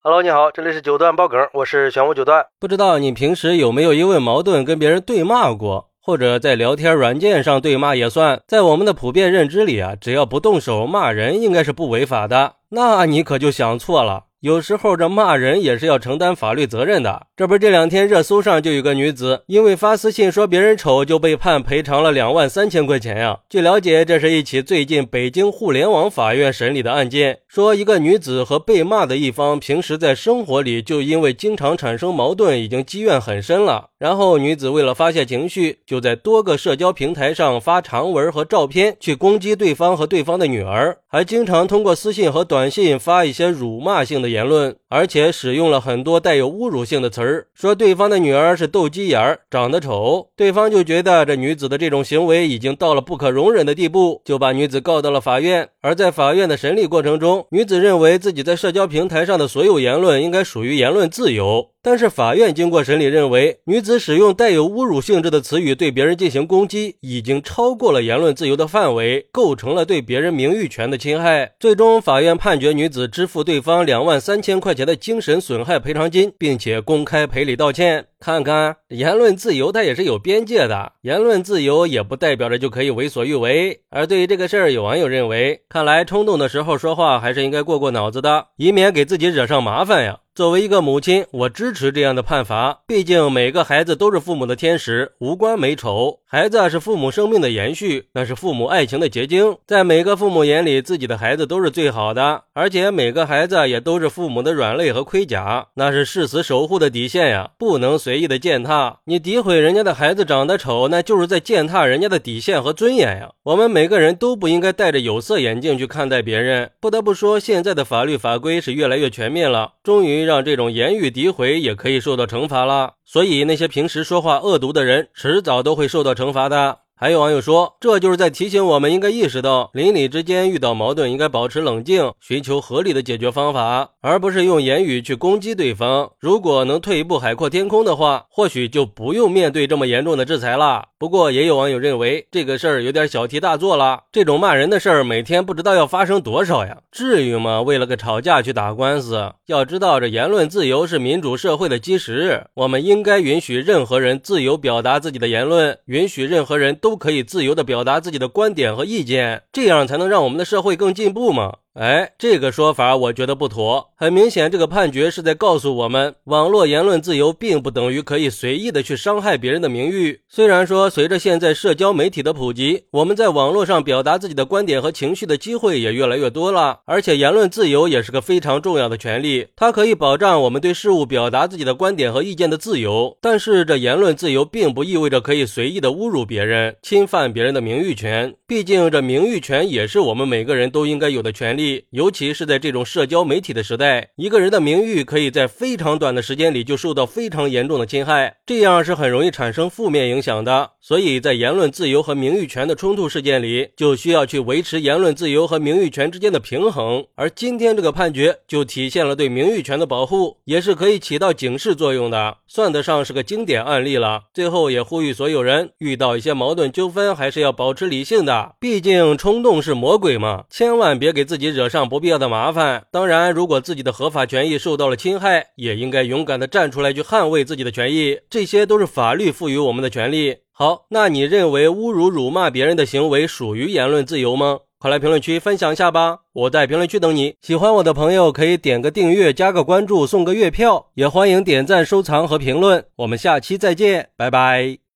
Hello，你好，这里是九段爆梗，我是玄武九段。 不知道你平时有没有因为矛盾跟别人对骂过，或者在聊天软件上对骂也算。在我们的普遍认知里啊，只要不动手骂人，应该是不违法的。那你可就想错了。有时候这骂人也是要承担法律责任的。这不是这两天热搜上就有个女子因为发私信说别人丑就被判赔偿了23000块钱呀。据了解，这是一起最近北京互联网法院审理的案件，说一个女子和被骂的一方平时在生活里就因为经常产生矛盾已经积怨很深了，然后女子为了发泄情绪，就在多个社交平台上发长文和照片去攻击对方和对方的女儿，还经常通过私信和短信发一些辱骂性的言论，而且使用了很多带有侮辱性的词儿，说对方的女儿是斗鸡眼，长得丑。对方就觉得这女子的这种行为已经到了不可容忍的地步，就把女子告到了法院。而在法院的审理过程中，女子认为自己在社交平台上的所有言论应该属于言论自由，但是法院经过审理认为，女子使用带有侮辱性质的词语对别人进行攻击，已经超过了言论自由的范围，构成了对别人名誉权的侵害。最终法院判决女子支付对方23000块钱的精神损害赔偿金，并且公开赔礼道歉。看看言论自由它也是有边界的，言论自由也不代表着就可以为所欲为。而对于这个事儿，有网友认为，看来冲动的时候说话还是应该过过脑子的，以免给自己惹上麻烦呀。作为一个母亲，我支持这样的判罚，毕竟每个孩子都是父母的天使，无关美丑。孩子是父母生命的延续，那是父母爱情的结晶，在每个父母眼里，自己的孩子都是最好的，而且每个孩子也都是父母的软肋和盔甲，那是誓死守护的底线呀，不能随意的践踏。你诋毁人家的孩子长得丑，那就是在践踏人家的底线和尊严呀。我们每个人都不应该戴着有色眼镜去看待别人。不得不说，现在的法律法规是越来越全面了，终于让这种言语诋毁也可以受到惩罚了。所以那些平时说话恶毒的人，迟早都会受到惩罚的。还有网友说，这就是在提醒我们应该意识到，邻里之间遇到矛盾应该保持冷静，寻求合理的解决方法，而不是用言语去攻击对方。如果能退一步海阔天空的话，或许就不用面对这么严重的制裁了。不过也有网友认为，这个事儿有点小题大做了，这种骂人的事儿每天不知道要发生多少呀，至于吗？为了个吵架去打官司？要知道这言论自由是民主社会的基石，我们应该允许任何人自由表达自己的言论，允许任何人都可以自由地表达自己的观点和意见，这样才能让我们的社会更进步嘛。这个说法我觉得不妥。很明显，这个判决是在告诉我们，网络言论自由并不等于可以随意的去伤害别人的名誉。虽然说随着现在社交媒体的普及，我们在网络上表达自己的观点和情绪的机会也越来越多了，而且言论自由也是个非常重要的权利，它可以保障我们对事物表达自己的观点和意见的自由。但是这言论自由并不意味着可以随意的侮辱别人，侵犯别人的名誉权。毕竟这名誉权也是我们每个人都应该有的权利，尤其是在这种社交媒体的时代，一个人的名誉可以在非常短的时间里就受到非常严重的侵害，这样是很容易产生负面影响的。所以在言论自由和名誉权的冲突事件里，就需要去维持言论自由和名誉权之间的平衡。而今天这个判决就体现了对名誉权的保护，也是可以起到警示作用的，算得上是个经典案例了。最后也呼吁所有人，遇到一些矛盾纠纷还是要保持理性的，毕竟冲动是魔鬼嘛，千万别给自己惹上不必要的麻烦。当然，如果自己的合法权益受到了侵害，也应该勇敢地站出来去捍卫自己的权益，这些都是法律赋予我们的权利。好，那你认为侮辱辱骂别人的行为属于言论自由吗？快来评论区分享一下吧，我在评论区等你。喜欢我的朋友可以点个订阅，加个关注，送个月票，也欢迎点赞收藏和评论。我们下期再见，拜拜。